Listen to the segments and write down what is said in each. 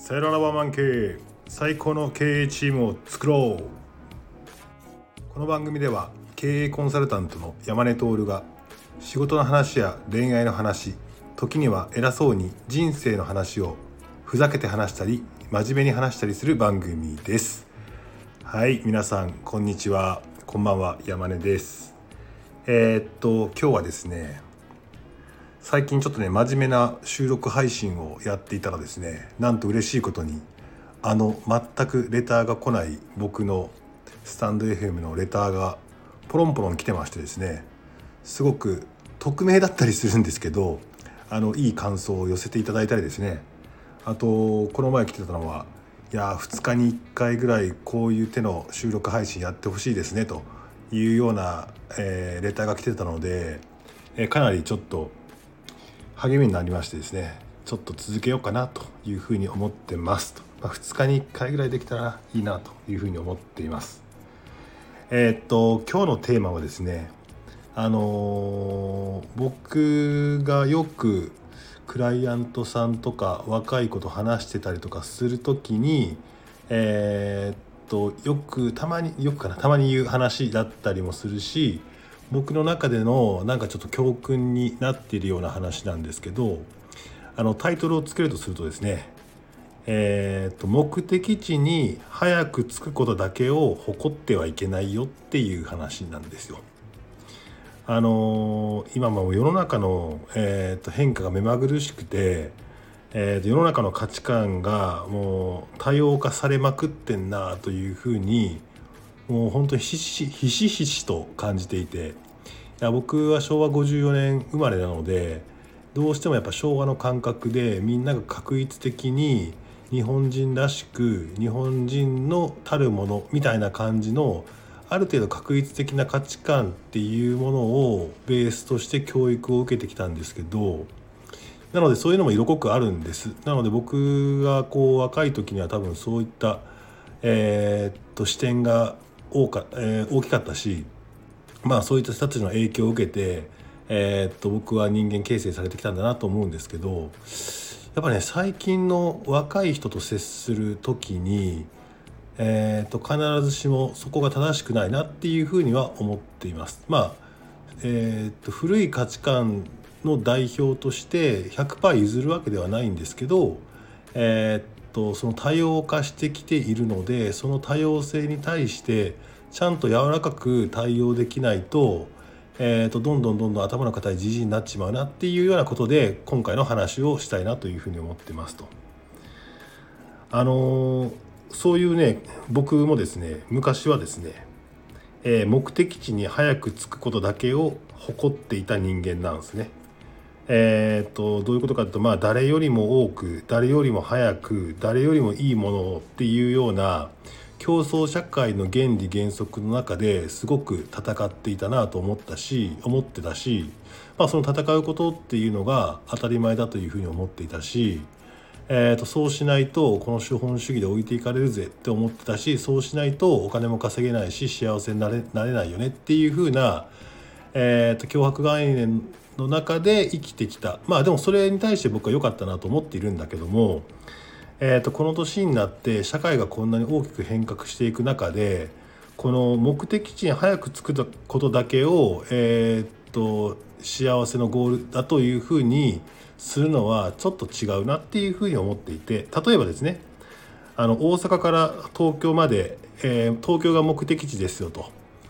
さよならワンマン経営、最高の経営チームを作ろう。この番組では経営コンサルタントの山根徹が仕事の話や恋愛の話、時には偉そうに人生の話をふざけて話したり真面目に話したりする番組です。はい、皆さんこんにちは、こんばんは、山根です。今日はですね、最近ちょっとね真面目な収録配信をやっていたらですね、なんと嬉しいことに全くレターが来ない僕のスタンド FM のレターがポロンポロン来てましてですね、すごく匿名だったりするんですけど、いい感想を寄せていただいたりですね、あとこの前来てたのは、いや2日に1回ぐらいこういう手の収録配信やってほしいですねというような、レターが来てたので、かなりちょっと励みになりましてですね、ちょっと続けようかなというふうに思ってますと、2日に1回ぐらいできたらいいなというふうに思っています。今日のテーマはですね、僕がよくクライアントさんとか若い子と話してたりとかするときに、たまに言う話だったりもするし、僕の中でのなんかちょっと教訓になっているような話なんですけど、タイトルをつけるとするとですね、目的地に早く着くことだけを誇ってはいけないよっていう話なんですよ。今も世の中の、変化が目まぐるしくて、世の中の価値観がもう多様化されまくってんなというふうに、もう本当にひしひしと感じていて、僕は昭和54年生まれなので、どうしてもやっぱ昭和の感覚でみんなが画一的に日本人らしく日本人のたるものみたいな感じのある程度画一的な価値観っていうものをベースとして教育を受けてきたんですけど、なのでそういうのも色濃くあるんです。なので僕が若い時には多分そういった、視点が大きかったし、そういった人たちの影響を受けて、僕は人間形成されてきたんだなと思うんですけど、やっぱね、最近の若い人と接する時に、必ずしもそこが正しくないなっていうふうには思っています。古い価値観の代表として 100% 譲るわけではないんですけど、その多様化してきているので、その多様性に対してちゃんと柔らかく対応できないと、どんどん頭の固いじじいになっちまうなっていうようなことで、今回の話をしたいなというふうに思ってますと。そういうね、僕もですね、昔はですね、目的地に早く着くことだけを誇っていた人間なんですね。どういうことかというと、誰よりも多く、誰よりも早く、誰よりもいいものをっていうような競争社会の原理原則の中ですごく戦っていたなと思ってたし、その戦うことっていうのが当たり前だというふうに思っていたし、そうしないとこの資本主義で置いていかれるぜって思ってたし、そうしないとお金も稼げないし幸せになれないよねっていうふうな、脅迫概念の中で生きてきた。でもそれに対して僕は良かったなと思っているんだけども、この年になって社会がこんなに大きく変革していく中で、この目的地に早く着くことだけを、幸せのゴールだというふうにするのはちょっと違うなっていうふうに思っていて、例えばですね、大阪から東京まで、東京が目的地ですよと、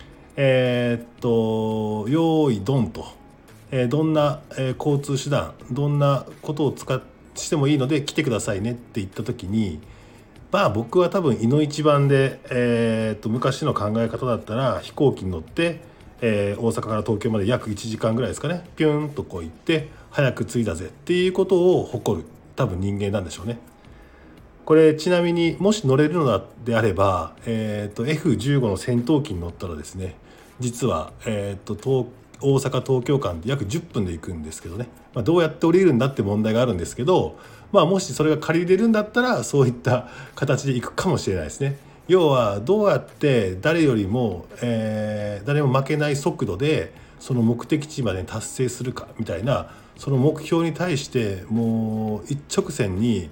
用意ドンと、どんな、交通手段、どんなことをしてもいいので来てくださいねって言った時に、僕は多分いの一番で、昔の考え方だったら飛行機に乗って、大阪から東京まで約1時間ぐらいですかね、ピュンと行って早く着いたぜっていうことを誇る多分人間なんでしょうね。これちなみにもし乗れるのであれば、F15 の戦闘機に乗ったらですね、実は、大阪東京間で約10分で行くんですけどね、どうやって降りるんだって問題があるんですけど、もしそれが借りれるんだったらそういった形で行くかもしれないですね。要はどうやって誰よりも、誰も負けない速度でその目的地まで達成するかみたいな、その目標に対してもう一直線に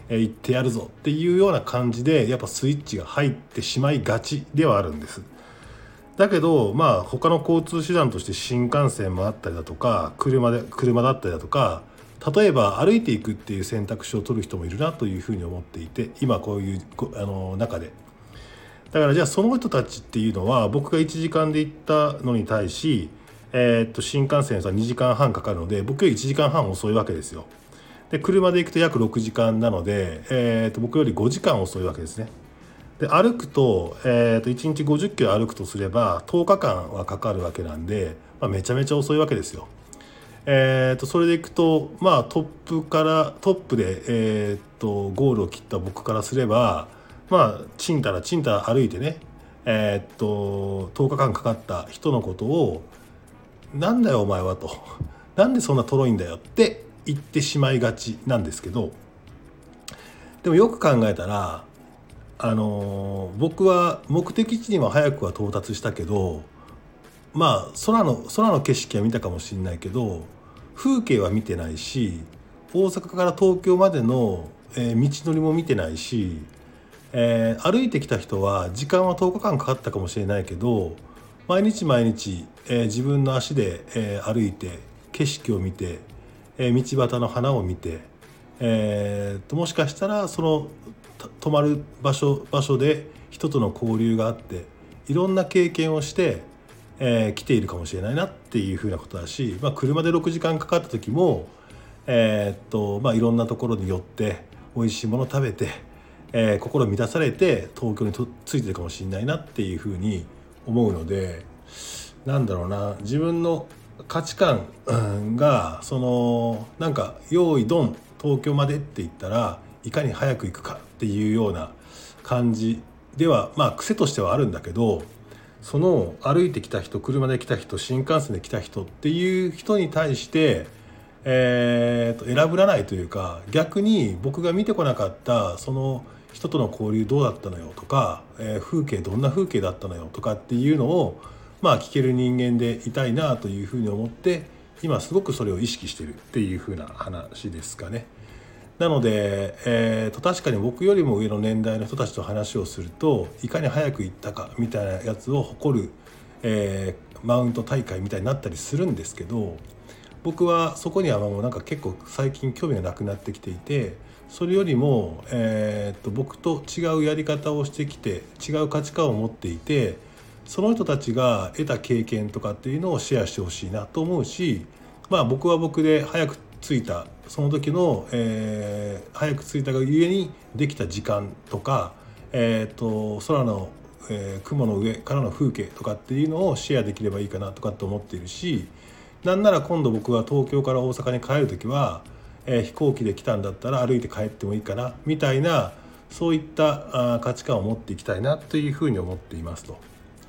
行ってやるぞっていうような感じでやっぱスイッチが入ってしまいがちではあるんです。だけど他の交通手段として新幹線もあったりだとか車だったりだとか、例えば歩いていくっていう選択肢を取る人もいるなというふうに思っていて、今こういう中でだからじゃあその人たちっていうのは僕が1時間で行ったのに対し、新幹線は2時間半かかるので僕より1時間半遅いわけですよ。で車で行くと約6時間なので、僕より5時間遅いわけですね。で歩くと、1日50キロ歩くとすれば10日間はかかるわけなんで、めちゃめちゃ遅いわけですよ。それでいくとトップで、ゴールを切った僕からすればちんたら歩いてね、10日間かかった人のことをなんだよお前はとなんでそんなとろいんだよって言ってしまいがちなんですけど、でもよく考えたら僕は目的地には早くは到達したけど空の景色は見たかもしれないけど風景は見てないし、大阪から東京までの、道のりも見てないし、歩いてきた人は時間は10日間かかったかもしれないけど毎日、自分の足で、歩いて景色を見て、道端の花を見て、もしかしたらその泊まる場所で人との交流があっていろんな経験をして、来ているかもしれないなっていうふうなことだし、車で6時間かかった時も、いろんなところに寄って美味しいもの食べて、心満たされて東京に着いてるかもしれないなっていうふうに思うので、自分の価値観が用意ドン東京までって言ったらいかに早く行くかっていうような感じでは癖としてはあるんだけど、その歩いてきた人、車で来た人、新幹線で来た人っていう人に対して、選ぶらないというか、逆に僕が見てこなかったその人との交流どうだったのよとか、風景どんな風景だったのよとかっていうのを聞ける人間でいたいなというふうに思って今すごくそれを意識してるっていうふうな話ですかね。なので、確かに僕よりも上の年代の人たちと話をするといかに早く行ったかみたいなやつを誇る、マウント大会みたいになったりするんですけど、僕はそこにはもう結構最近興味がなくなってきていて、それよりも、僕と違うやり方をしてきて違う価値観を持っていて、その人たちが得た経験とかっていうのをシェアしてほしいなと思うし、僕は僕で早く着いたその時の、早く着いたがゆえにできた時間とか、空の、雲の上からの風景とかっていうのをシェアできればいいかなとかって思っているし、なんなら今度僕が東京から大阪に帰る時は、飛行機で来たんだったら歩いて帰ってもいいかなみたいな、そういった価値観を持っていきたいなというふうに思っていますと。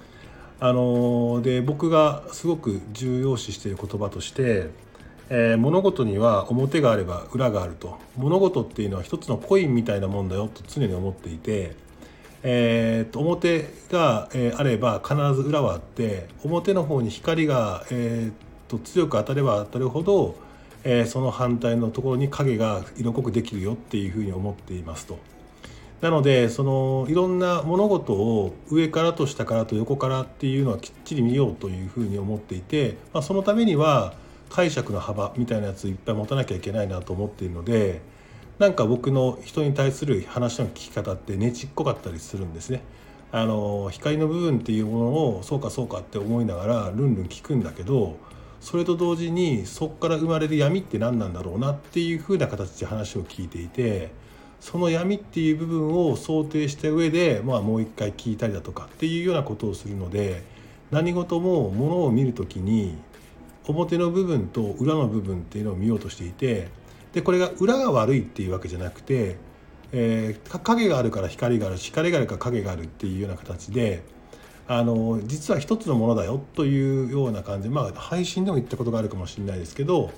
で僕がすごく重要視している言葉として、物事には表があれば裏があると、物事っていうのは一つのコインみたいなもんだよと常に思っていて、表が、あれば必ず裏はあって、表の方に光が、強く当たれば当たるほど、その反対のところに影が色濃くできるよっていうふうに思っていますと。なのでいろんな物事を上からと下からと横からっていうのはきっちり見ようというふうに思っていて、そのためには解釈の幅みたいなやついっぱい持たなきゃいけないなと思っているので、僕の人に対する話の聞き方ってねちっこかったりするんですね。光の部分っていうものをそうかそうかって思いながらルンルン聞くんだけど、それと同時にそこから生まれる闇って何なんだろうなっていうふうな形で話を聞いていて、その闇っていう部分を想定した上で、もう一回聞いたりだとかっていうようなことをするので、何事もものを見るときに表の部分と裏の部分っていうのを見ようとしていて、でこれが裏が悪いっていうわけじゃなくて、影があるから光があるし、光があるから影があるっていうような形で、実は一つのものだよというような感じで、配信でも言ったことがあるかもしれないですけど、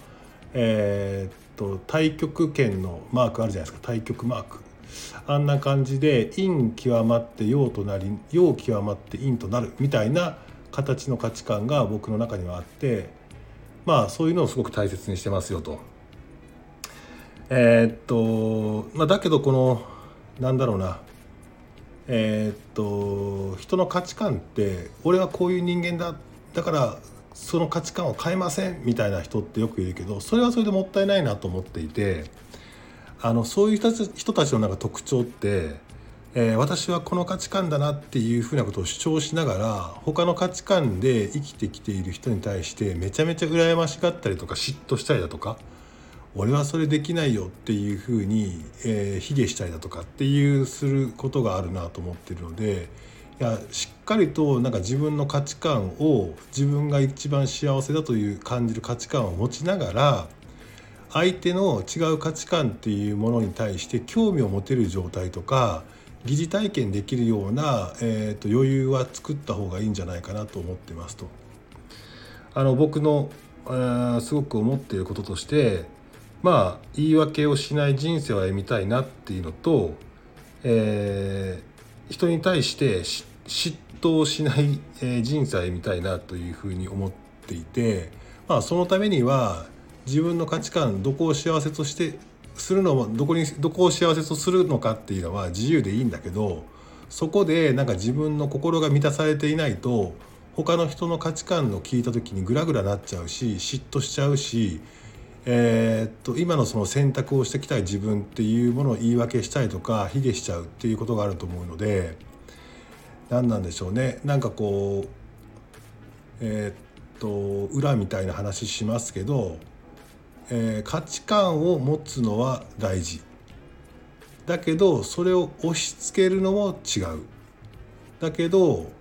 太極拳のマークあるじゃないですか、太極マーク。あんな感じで陰極まって陽となり、陽極まって陰となるみたいな形の価値観が僕の中にはあって、そういうのをすごく大切にしてますよと。 だけどこのなんだろうな人の価値観って俺はこういう人間だからその価値観を変えませんみたいな人ってよくいるけど、それはそれでもったいないなと思っていて、そういう人たちのなんか特徴って、私はこの価値観だなっていうふうなことを主張しながら他の価値観で生きてきている人に対してめちゃめちゃ羨ましがったりとか嫉妬したりだとか、俺はそれできないよっていうふうに、卑下したりだとかっていうすることがあるなと思っているので、いやしっかりとなんか自分の価値観を自分が一番幸せだという感じる価値観を持ちながら相手の違う価値観っていうものに対して興味を持てる状態とか疑似体験できるような、余裕は作った方がいいんじゃないかなと思ってますと。僕のすごく思っていることとして、言い訳をしない人生を歩みたいなっていうのと、人に対して嫉妬をしない、人生を歩みたいなというふうに思っていて、そのためには自分の価値観どこを幸せとしてするのもどこを幸せとするのかっていうのは自由でいいんだけど、そこでなんか自分の心が満たされていないと他の人の価値観を聞いた時にグラグラなっちゃうし嫉妬しちゃうし、今のその選択をしてきたい自分っていうものを言い訳したりとか卑下しちゃうっていうことがあると思うので、何なんでしょうね、なんかこう裏みたいな話しますけど、価値観を持つのは大事だけどそれを押し付けるのも違う。だけど、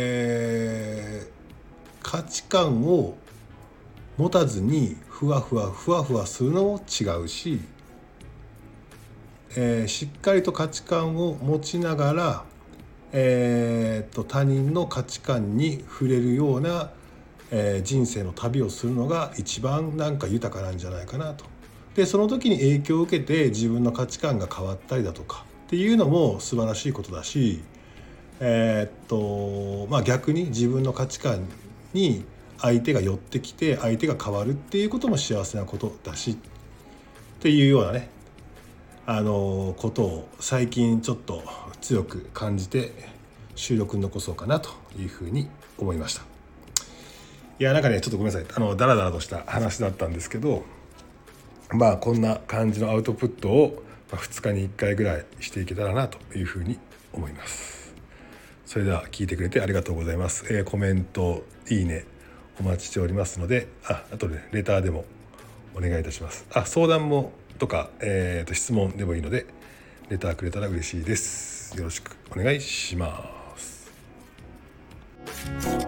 価値観を持たずにふわふわするのも違うし、しっかりと価値観を持ちながら、他人の価値観に触れるような、人生の旅をするのが一番なんか豊かなんじゃないかなと。でその時に影響を受けて自分の価値観が変わったりだとかっていうのも素晴らしいことだし、逆に自分の価値観に相手が寄ってきて相手が変わるっていうことも幸せなことだしっていうようなね、ことを最近ちょっと強く感じて収録に残そうかなというふうに思いました。いやなんかねちょっとごめんなさい、ダラダラとした話だったんですけど、こんな感じのアウトプットを2日に1回ぐらいしていけたらなというふうに思います。それでは聞いてくれてありがとうございます。コメントいいねお待ちしておりますので、あとでレターでもお願いいたします。相談もとか、質問でもいいのでレターくれたら嬉しいです。よろしくお願いします。